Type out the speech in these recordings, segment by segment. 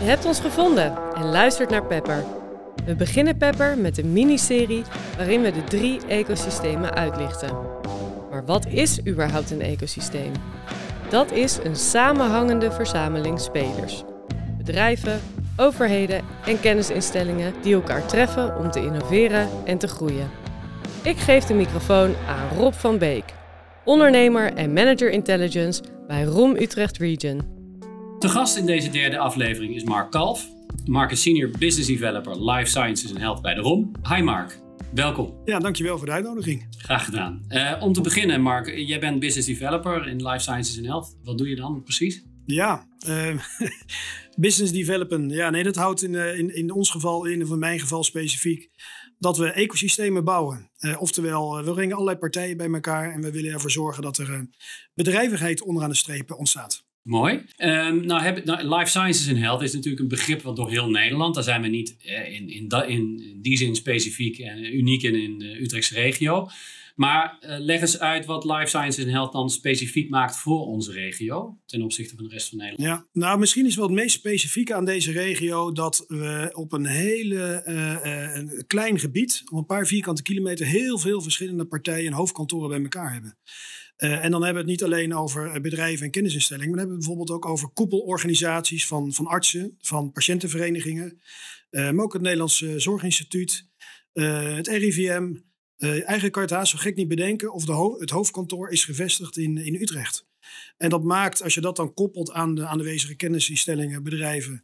Je hebt ons gevonden en luistert naar Pepper. We beginnen Pepper met een miniserie waarin we de 3 ecosystemen uitlichten. Maar wat is überhaupt een ecosysteem? Dat is een samenhangende verzameling spelers. Bedrijven, overheden en kennisinstellingen die elkaar treffen om te innoveren en te groeien. Ik geef de microfoon aan Rob van Beek, ondernemer en manager intelligence bij ROM Utrecht Region. De gast in deze 3e aflevering is Mark Kalf. Mark is Senior Business Developer Life Sciences and Health bij de ROM. Hi Mark, welkom. Ja, dankjewel voor de uitnodiging. Graag gedaan. Om te beginnen Mark, jij bent Business Developer in Life Sciences and Health. Wat doe je dan precies? Ja, business developen. Ja, nee, dat houdt in ons geval, in mijn geval specifiek, dat we ecosystemen bouwen. Oftewel, we brengen allerlei partijen bij elkaar en we willen ervoor zorgen dat er bedrijvigheid onderaan de streep ontstaat. Mooi. Life Sciences and Health is natuurlijk een begrip wat door heel Nederland. Daar zijn we niet in die zin specifiek en uniek in de Utrechtse regio. Maar leg eens uit wat Life Sciences and Health dan specifiek maakt voor onze regio ten opzichte van de rest van Nederland. Ja, nou misschien is wel het meest specifieke aan deze regio dat we op een hele een klein gebied, op een paar vierkante kilometer, heel veel verschillende partijen en hoofdkantoren bij elkaar hebben. En dan hebben we het niet alleen over bedrijven en kennisinstellingen, maar dan hebben we bijvoorbeeld ook over koepelorganisaties van artsen, van patiëntenverenigingen, maar ook het Nederlands Zorginstituut, het RIVM. Eigenlijk kan je het haast zo gek niet bedenken of het hoofdkantoor is gevestigd in Utrecht. En dat maakt, als je dat dan koppelt aan de aanwezige kennisinstellingen, bedrijven,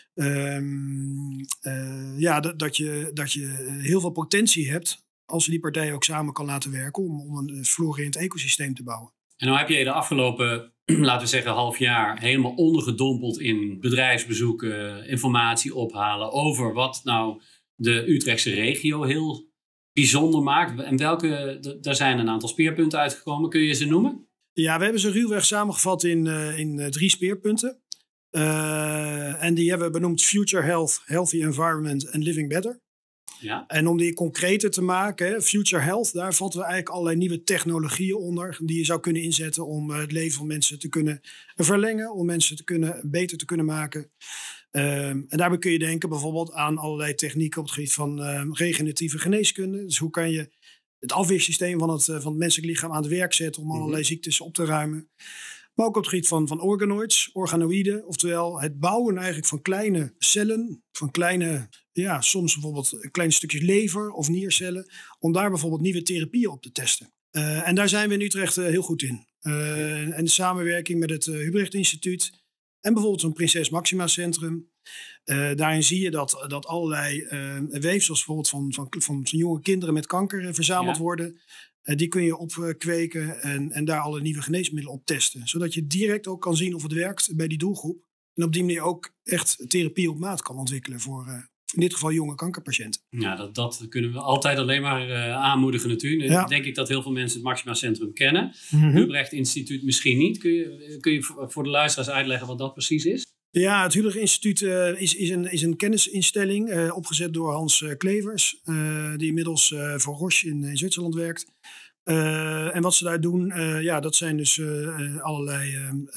dat je heel veel potentie hebt als je die partijen ook samen kan laten werken om een florerend ecosysteem te bouwen. En nou heb je de afgelopen, laten we zeggen, half jaar helemaal ondergedompeld in bedrijfsbezoeken, informatie ophalen over wat nou de Utrechtse regio heel bijzonder maakt. En daar zijn een aantal speerpunten uitgekomen. Kun je ze noemen? Ja, we hebben ze ruwweg samengevat in 3 speerpunten. En die hebben we benoemd Future Health, Healthy Environment en Living Better. Ja. En om die concreter te maken, Future Health, daar vatten we eigenlijk allerlei nieuwe technologieën onder die je zou kunnen inzetten om het leven van mensen te kunnen verlengen, om mensen beter te kunnen maken. En daarbij kun je denken bijvoorbeeld aan allerlei technieken op het gebied van regeneratieve geneeskunde. Dus hoe kan je het afweersysteem van het menselijk lichaam aan het werk zetten om allerlei ziektes op te ruimen. Maar ook op het gebied van organoïden, oftewel het bouwen eigenlijk van kleine cellen, van kleine, soms bijvoorbeeld kleine stukjes lever of niercellen, om daar bijvoorbeeld nieuwe therapieën op te testen. En daar zijn we in Utrecht heel goed in. En de samenwerking met het Hubrecht Instituut en bijvoorbeeld zo'n Prinses Maxima Centrum. Daarin zie je dat allerlei weefsels bijvoorbeeld van jonge kinderen met kanker verzameld worden. Die kun je opkweken en daar alle nieuwe geneesmiddelen op testen. Zodat je direct ook kan zien of het werkt bij die doelgroep. En op die manier ook echt therapie op maat kan ontwikkelen voor in dit geval jonge kankerpatiënten. Ja, dat kunnen we altijd alleen maar aanmoedigen natuurlijk. Ja. Denk ik dat heel veel mensen het Maxima Centrum kennen. Hubrecht Instituut misschien niet. Kun je voor de luisteraars uitleggen wat dat precies is? Ja, het Hubrecht Instituut is een kennisinstelling opgezet door Hans Klevers. Die inmiddels voor Roche in Zwitserland werkt. En wat ze daar doen, dat zijn dus allerlei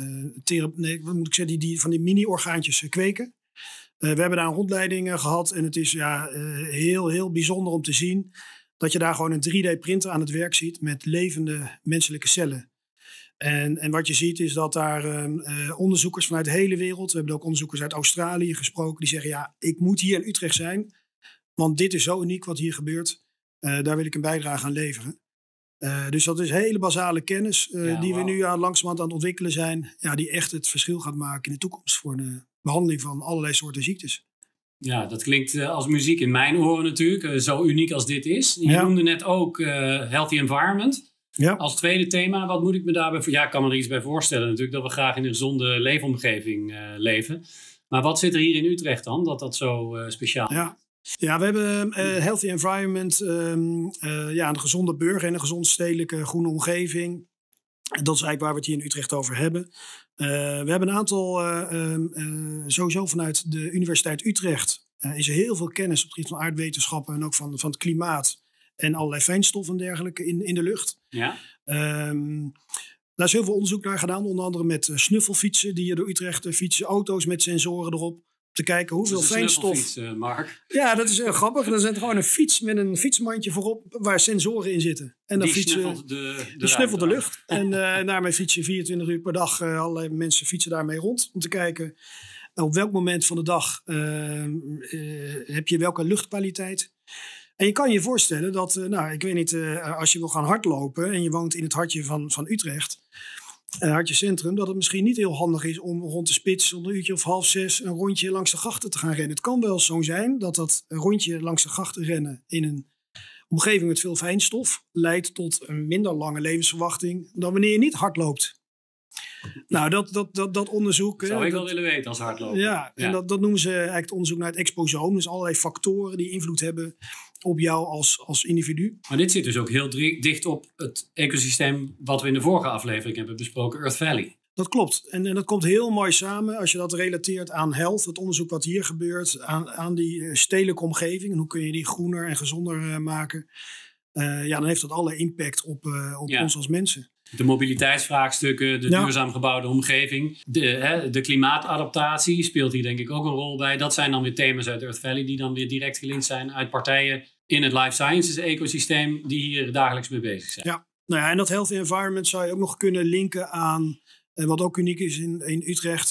die van die mini-orgaantjes kweken. We hebben daar een rondleiding gehad en het is heel, heel bijzonder om te zien dat je daar gewoon een 3D-printer aan het werk ziet met levende menselijke cellen. En wat je ziet is dat daar onderzoekers vanuit de hele wereld, we hebben ook onderzoekers uit Australië gesproken, die zeggen ik moet hier in Utrecht zijn, want dit is zo uniek wat hier gebeurt. Daar wil ik een bijdrage aan leveren. Dus dat is hele basale kennis die we nu langzamerhand aan het ontwikkelen zijn, die echt het verschil gaat maken in de toekomst voor de behandeling van allerlei soorten ziektes. Ja, dat klinkt als muziek in mijn oren natuurlijk, zo uniek als dit is. Je noemde net ook Healthy Environment. Ja. Als tweede thema, wat moet ik me daarbij voor? Ja, ik kan me er iets bij voorstellen natuurlijk, dat we graag in een gezonde leefomgeving leven. Maar wat zit er hier in Utrecht dan, dat zo speciaal is? Ja, we hebben Healthy Environment, een gezonde burger en een gezonde stedelijke groene omgeving. Dat is eigenlijk waar we het hier in Utrecht over hebben. We hebben een aantal, sowieso vanuit de Universiteit Utrecht, is er heel veel kennis op het gebied van aardwetenschappen en ook van het klimaat en allerlei fijnstoffen en dergelijke in de lucht. Ja. Daar is heel veel onderzoek naar gedaan, onder andere met snuffelfietsen die je door Utrecht fietsen, auto's met sensoren erop. te kijken hoeveel fijnstof... Mark. Ja, dat is heel grappig. Dan zit gewoon een fiets met een fietsmandje voorop waar sensoren in zitten. En dan snuffelt die snuffelt de lucht. En daarmee fietsen 24 uur per dag. Allerlei mensen fietsen daarmee rond. Om te kijken op welk moment van de dag heb je welke luchtkwaliteit. En je kan je voorstellen dat, ik weet niet, als je wil gaan hardlopen en je woont in het hartje van Utrecht, hartje centrum, dat het misschien niet heel handig is om rond de spits om een uurtje of 5:30 een rondje langs de grachten te gaan rennen. Het kan wel zo zijn dat een rondje langs de grachten rennen in een omgeving met veel fijnstof leidt tot een minder lange levensverwachting dan wanneer je niet hard loopt. Nou, dat onderzoek... Zou ik wel willen weten als hardloper. Ja, en dat noemen ze eigenlijk het onderzoek naar het exposoom. Dus allerlei factoren die invloed hebben op jou als individu. Maar dit zit dus ook heel dicht op het ecosysteem wat we in de vorige aflevering hebben besproken, Earth Valley. Dat klopt. En dat komt heel mooi samen als je dat relateert aan health. Het onderzoek wat hier gebeurt aan die stedelijke omgeving. En hoe kun je die groener en gezonder maken. Dan heeft dat alle impact op ons als mensen. De mobiliteitsvraagstukken, de duurzaam gebouwde omgeving. De klimaatadaptatie speelt hier denk ik ook een rol bij. Dat zijn dan weer thema's uit Earth Valley die dan weer direct gelinkt zijn uit partijen in het life sciences ecosysteem die hier dagelijks mee bezig zijn. Ja, en dat healthy environment zou je ook nog kunnen linken aan wat ook uniek is in Utrecht,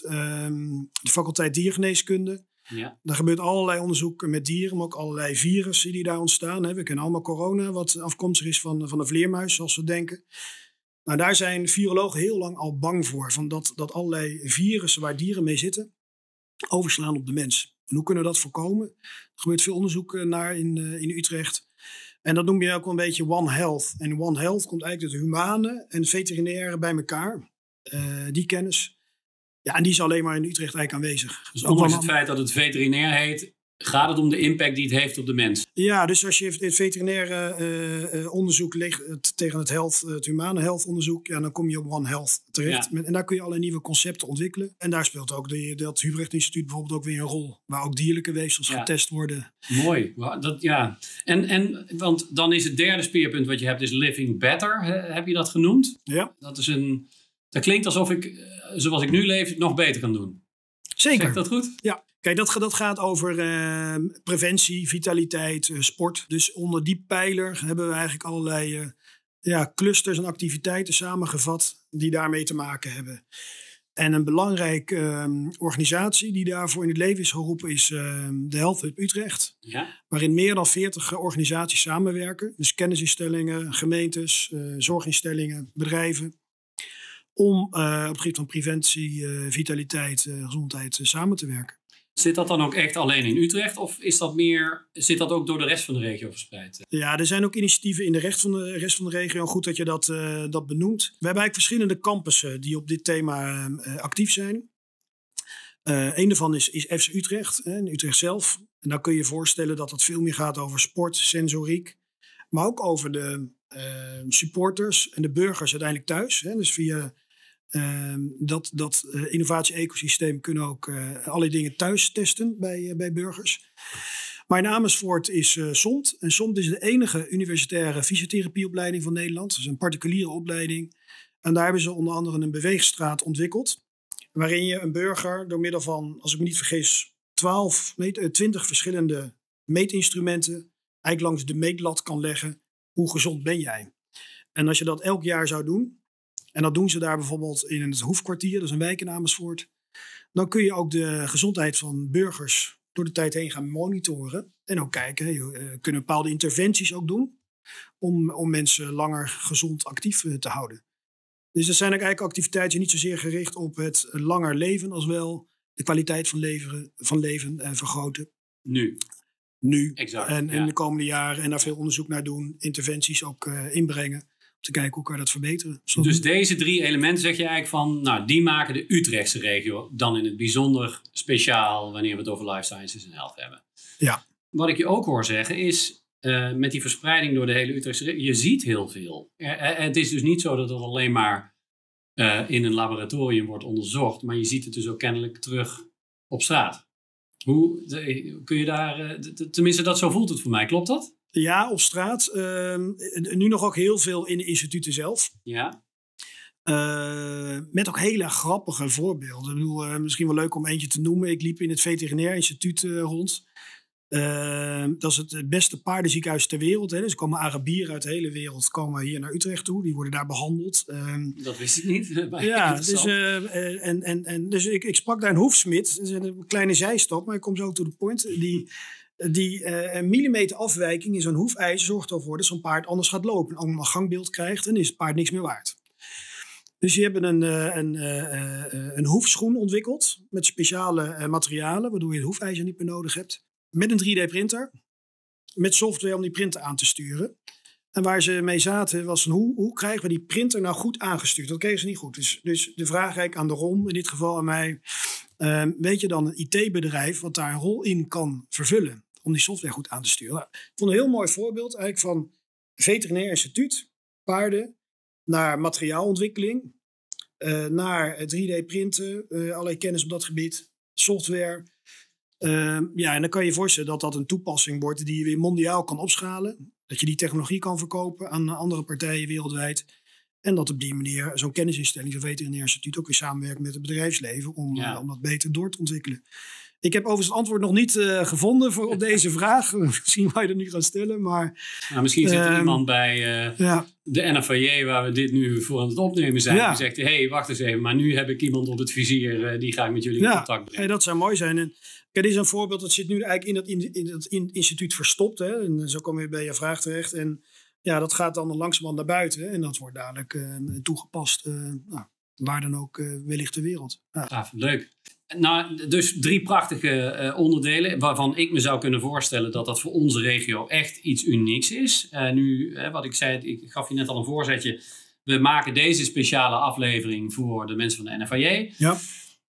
de faculteit diergeneeskunde. Ja. Daar gebeurt allerlei onderzoek met dieren, maar ook allerlei virussen die daar ontstaan. We kennen allemaal corona, wat afkomstig is van de vleermuis, zoals we denken. Nou, daar zijn virologen heel lang al bang voor. Van dat allerlei virussen waar dieren mee zitten, overslaan op de mens. En hoe kunnen we dat voorkomen? Er gebeurt veel onderzoek naar in Utrecht. En dat noem je ook wel een beetje One Health. En One Health komt eigenlijk het humane en het veterinaire bij elkaar. Die kennis. Ja, en die is alleen maar in Utrecht eigenlijk aanwezig. Dus ondanks het feit dat het veterinair heet, gaat het om de impact die het heeft op de mens? Ja, dus als je het veterinaire onderzoek legt tegen het humane health onderzoek, dan kom je op One Health terecht. Ja. En daar kun je allerlei nieuwe concepten ontwikkelen. En daar speelt ook dat Hubrecht Instituut bijvoorbeeld ook weer een rol, waar ook dierlijke weefsels getest worden. Mooi. En want dan is het derde speerpunt wat je hebt is Living Better. Heb je dat genoemd? Ja. Dat klinkt alsof ik, zoals ik nu leef, het nog beter kan doen. Zeker. Zeg ik dat goed? Ja. Kijk, dat gaat over preventie, vitaliteit, sport. Dus onder die pijler hebben we eigenlijk allerlei clusters en activiteiten samengevat die daarmee te maken hebben. En een belangrijke organisatie die daarvoor in het leven is geroepen is de Health Hub Utrecht. Ja. Waarin meer dan 40 organisaties samenwerken. Dus kennisinstellingen, gemeentes, zorginstellingen, bedrijven. Om op het gebied van preventie, vitaliteit, gezondheid samen te werken. Zit dat dan ook echt alleen in Utrecht of zit dat ook door de rest van de regio verspreid? Ja, er zijn ook initiatieven in de rest van de regio. Goed dat je dat benoemt. We hebben eigenlijk verschillende campussen die op dit thema actief zijn. Een daarvan is FC Utrecht, in Utrecht zelf. En dan kun je je voorstellen dat het veel meer gaat over sport, sensoriek. Maar ook over de supporters en de burgers uiteindelijk thuis. Dus via dat innovatie-ecosysteem kunnen ook allerlei dingen thuis testen bij burgers. Maar in Amersfoort is SOMT. En SOMT is de enige universitaire fysiotherapieopleiding van Nederland. Dat is een particuliere opleiding. En daar hebben ze onder andere een beweegstraat ontwikkeld. Waarin je een burger door middel van, als ik me niet vergis, 20 verschillende meetinstrumenten eigenlijk langs de meetlat kan leggen. Hoe gezond ben jij? En als je dat elk jaar zou doen, en dat doen ze daar bijvoorbeeld in het Hoefkwartier, dat is een wijk in Amersfoort, dan kun je ook de gezondheid van burgers door de tijd heen gaan monitoren. En ook kijken, je kunnen bepaalde interventies ook doen om mensen langer gezond actief te houden. Dus dat zijn ook eigenlijk activiteiten die niet zozeer gericht op het langer leven, als wel de kwaliteit van leven vergroten. Nu. Exact, en in de komende jaren en daar veel onderzoek naar doen, interventies ook inbrengen, om te kijken hoe kan je dat verbeteren. Dus deze 3 elementen zeg je eigenlijk van, die maken de Utrechtse regio dan in het bijzonder speciaal wanneer we het over life sciences en health hebben. Ja. Wat ik je ook hoor zeggen is, met die verspreiding door de hele Utrechtse regio, je ziet heel veel. Het is dus niet zo dat het alleen maar in een laboratorium wordt onderzocht, maar je ziet het dus ook kennelijk terug op straat. Hoe kun je daar, tenminste zo voelt het voor mij, klopt dat? Ja, op straat. Nu nog ook heel veel in de instituten zelf. Ja. Met ook hele grappige voorbeelden. Ik bedoel, misschien wel leuk om eentje te noemen. Ik liep in het Veterinair Instituut rond. Dat is het beste paardenziekenhuis ter wereld. Hè. Dus er komen Arabieren uit de hele wereld komen hier naar Utrecht toe. Die worden daar behandeld. Dat wist ik niet. Ja, dus ik sprak daar een hoefsmid. Dat is een kleine zijstap, maar ik kom zo to the point. Die een millimeter afwijking in zo'n hoefijzer zorgt ervoor dat zo'n paard anders gaat lopen. Allemaal gangbeeld krijgt en is het paard niks meer waard. Dus die hebben een hoefschoen ontwikkeld met speciale materialen, waardoor je het hoefijzer niet meer nodig hebt. Met een 3D-printer, met software om die printer aan te sturen. En waar ze mee zaten was hoe krijgen we die printer nou goed aangestuurd? Dat kregen ze niet goed. Dus de vraag eigenlijk aan de Ron, in dit geval aan mij. Weet je dan een IT-bedrijf wat daar een rol in kan vervullen om die software goed aan te sturen? Nou, ik vond een heel mooi voorbeeld eigenlijk van Veterinair Instituut, paarden, naar materiaalontwikkeling, naar 3D-printen, allerlei kennis op dat gebied, software. En dan kan je je voorstellen dat dat een toepassing wordt die je weer mondiaal kan opschalen. Dat je die technologie kan verkopen aan andere partijen wereldwijd. En dat op die manier zo'n kennisinstelling, zo'n Veterinair Instituut, ook weer samenwerkt met het bedrijfsleven om dat beter door te ontwikkelen. Ik heb overigens het antwoord nog niet gevonden op deze vraag. Misschien waar je dat nu gaat stellen. Maar, misschien zit er iemand bij de NFAJ waar we dit nu voor aan het opnemen zijn. Die zegt, hey, wacht eens even. Maar nu heb ik iemand op het vizier. Die ga ik met jullie in contact brengen. Dat zou mooi zijn. En dit is een voorbeeld. Dat zit nu eigenlijk in dat instituut verstopt. Hè? En zo kom je bij je vraag terecht. En dat gaat dan langzamerhand naar buiten. En dat wordt dadelijk toegepast. Waar dan ook wellicht ter wereld. Leuk. Nou, dus 3 prachtige onderdelen waarvan ik me zou kunnen voorstellen dat dat voor onze regio echt iets unieks is. Nu, wat ik zei, ik gaf je net al een voorzetje. We maken deze speciale aflevering voor de mensen van de NFAJ. Ja.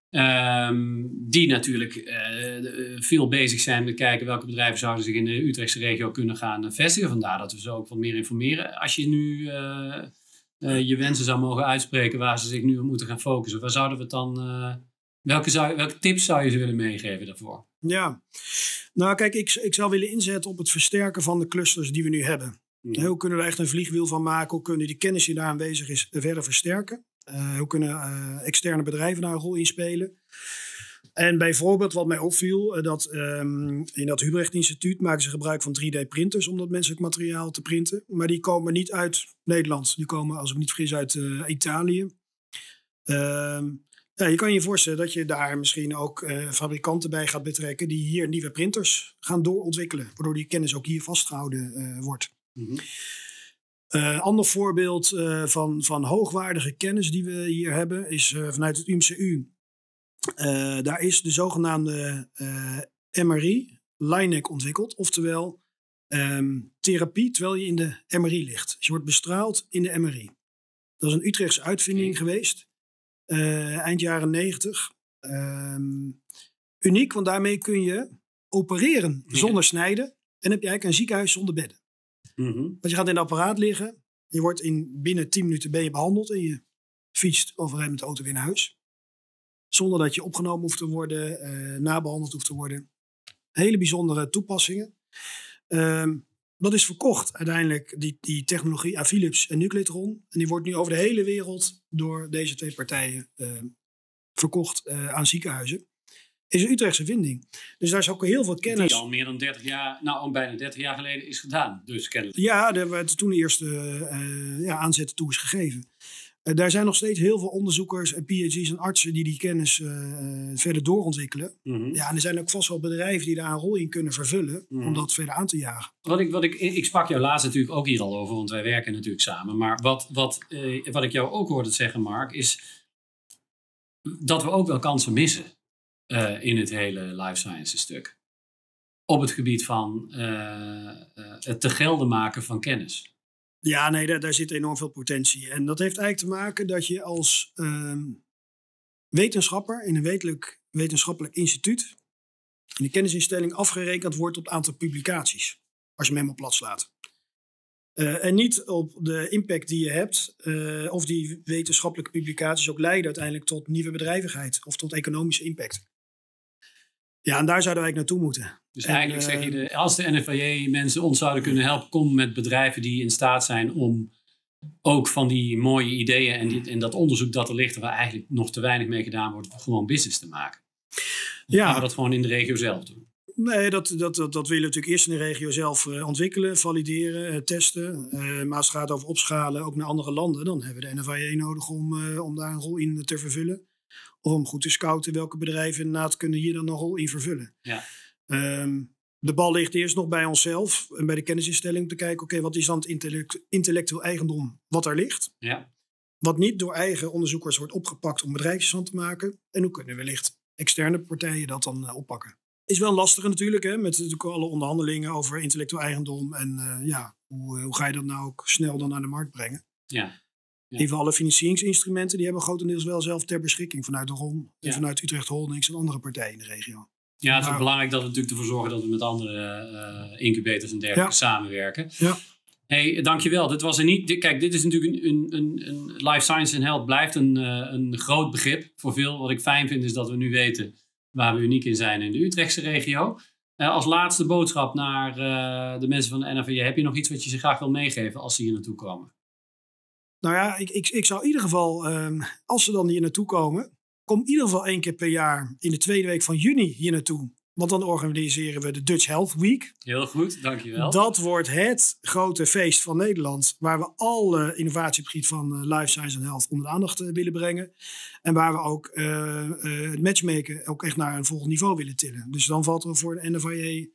Die natuurlijk veel bezig zijn met kijken welke bedrijven zouden zich in de Utrechtse regio kunnen gaan vestigen. Vandaar dat we ze ook wat meer informeren. Als je nu je wensen zou mogen uitspreken waar ze zich nu op moeten gaan focussen, waar zouden we het dan... Welke tips zou je ze willen meegeven daarvoor? Ja, nou kijk, ik zou willen inzetten op het versterken van de clusters die we nu hebben. Hoe kunnen we er echt een vliegwiel van maken? Hoe kunnen die kennis die daar aanwezig is verder versterken? Hoe kunnen externe bedrijven daar een rol in spelen? En bijvoorbeeld wat mij opviel, dat in dat Hubrecht Instituut maken ze gebruik van 3D-printers om dat menselijk materiaal te printen. Maar die komen niet uit Nederland. Die komen, als ik me niet vergis, uit Italië. Je kan je voorstellen dat je daar misschien ook fabrikanten bij gaat betrekken die hier nieuwe printers gaan doorontwikkelen. Waardoor die kennis ook hier vastgehouden wordt. Mm-hmm. Ander voorbeeld van hoogwaardige kennis die we hier hebben is vanuit het UMCU. Daar is de zogenaamde MRI, LINAC, ontwikkeld. Oftewel therapie terwijl je in de MRI ligt. Dus je wordt bestraald in de MRI. Dat is een Utrechtse uitvinding geweest. Eind jaren 90. Uniek, want daarmee kun je opereren zonder snijden. En heb je eigenlijk een ziekenhuis zonder bedden. Mm-hmm. Want je gaat in het apparaat liggen. Je wordt binnen 10 minuten ben je behandeld. En je fietst overheen met de auto weer naar huis. Zonder dat je opgenomen hoeft te worden. Nabehandeld hoeft te worden. Hele bijzondere toepassingen. Dat is verkocht uiteindelijk, die technologie aan Philips en Nucletron. En die wordt nu over de hele wereld door deze 2 partijen verkocht aan ziekenhuizen. Is een Utrechtse vinding. Dus daar is ook heel veel kennis. Die al meer dan 30 jaar, bijna 30 jaar geleden is gedaan. Dus kennelijk. Ja, daar werd toen de eerste aanzet toe is gegeven. Daar zijn nog steeds heel veel onderzoekers en PhD's en artsen die kennis verder doorontwikkelen. Mm-hmm. Ja, en er zijn ook vast wel bedrijven die daar een rol in kunnen vervullen om dat verder aan te jagen. Ik sprak jou laatst natuurlijk ook hier al over, want wij werken natuurlijk samen. Maar wat ik jou ook hoorde zeggen, Mark, is dat we ook wel kansen missen in het hele life sciences stuk. Op het gebied van het te gelden maken van kennis. Ja, nee, daar zit enorm veel potentie. En dat heeft eigenlijk te maken dat je als wetenschapper in een wetenschappelijk instituut, in een kennisinstelling, afgerekend wordt op het aantal publicaties. Als je hem helemaal plat slaat. En niet op de impact die je hebt, of die wetenschappelijke publicaties ook leiden uiteindelijk tot nieuwe bedrijvigheid of tot economische impact. Ja, en daar zouden wij naartoe moeten. Dus eigenlijk zeg je, als de NFAJ mensen ons zouden kunnen helpen, kom met bedrijven die in staat zijn om ook van die mooie ideeën en dat onderzoek dat er ligt, waar eigenlijk nog te weinig mee gedaan wordt, gewoon business te maken. Ja. Gaan we dat gewoon in de regio zelf doen? Nee, dat willen we natuurlijk eerst in de regio zelf ontwikkelen, valideren, testen. Maar als het gaat over opschalen, ook naar andere landen, dan hebben we de NFIA nodig om daar een rol in te vervullen. Of om goed te scouten welke bedrijven inderdaad kunnen hier dan een rol in vervullen. Ja. De bal ligt eerst nog bij onszelf en bij de kennisinstelling om te kijken, oké, wat is dan het intellectueel eigendom wat er ligt? Ja. Wat niet door eigen onderzoekers wordt opgepakt om bedrijfjes van te maken. En hoe kunnen wellicht externe partijen dat dan oppakken? Is wel lastig natuurlijk, hè, met natuurlijk alle onderhandelingen over intellectueel eigendom. En hoe ga je dat nou ook snel dan naar de markt brengen? Ja. Even alle financieringsinstrumenten, die hebben we grotendeels wel zelf ter beschikking vanuit de ROM en vanuit Utrecht Holdings en andere partijen in de regio. Ja, het is ook belangrijk dat we natuurlijk ervoor zorgen dat we met andere incubators en dergelijke samenwerken. Ja. Hey, dankjewel. Dit was er niet. Kijk, dit is natuurlijk een life science en health blijft een groot begrip voor veel. Wat ik fijn vind is dat we nu weten waar we uniek in zijn in de Utrechtse regio. Als laatste boodschap naar de mensen van de NFIA. Heb je nog iets wat je ze graag wil meegeven als ze hier naartoe komen? Nou ja, ik zou in ieder geval, als ze dan hier naartoe komen, kom in ieder geval 1 keer per jaar in de tweede week van juni hier naartoe. Want dan organiseren we de Dutch Health Week. Heel goed, dankjewel. Dat wordt het grote feest van Nederland. Waar we alle innovatie op het gebied van life science en health onder de aandacht willen brengen. En waar we ook het matchmaken ook echt naar een volgend niveau willen tillen. Dus dan valt er voor de NFIA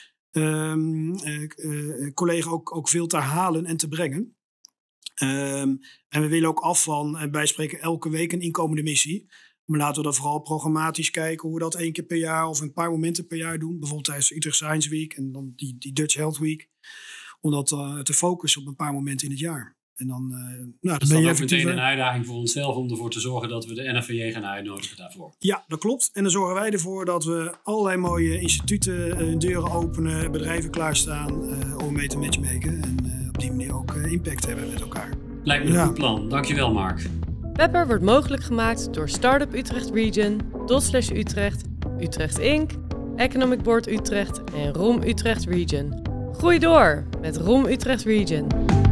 collega ook veel te halen en te brengen. En we willen ook af van, en wij spreken elke week een inkomende missie. Maar laten we dan vooral programmatisch kijken hoe we dat 1 keer per jaar of een paar momenten per jaar doen. Bijvoorbeeld tijdens de Utrecht Science Week en dan die Dutch Health Week. Om dat te focussen op een paar momenten in het jaar. En dan, dat is dan ook meteen een uitdaging voor onszelf om ervoor te zorgen dat we de NFIA gaan uitnodigen daarvoor. Ja, dat klopt. En dan zorgen wij ervoor dat we allerlei mooie instituten deuren openen, bedrijven klaarstaan om mee te matchmaken. En op die manier ook impact hebben met elkaar. Lijkt me een goed plan. Dankjewel, Mark. Pepper wordt mogelijk gemaakt door Startup Utrecht Region, Dot/Utrecht, Utrecht Inc., Economic Board Utrecht en ROM Utrecht Region. Groei door met ROM Utrecht Region.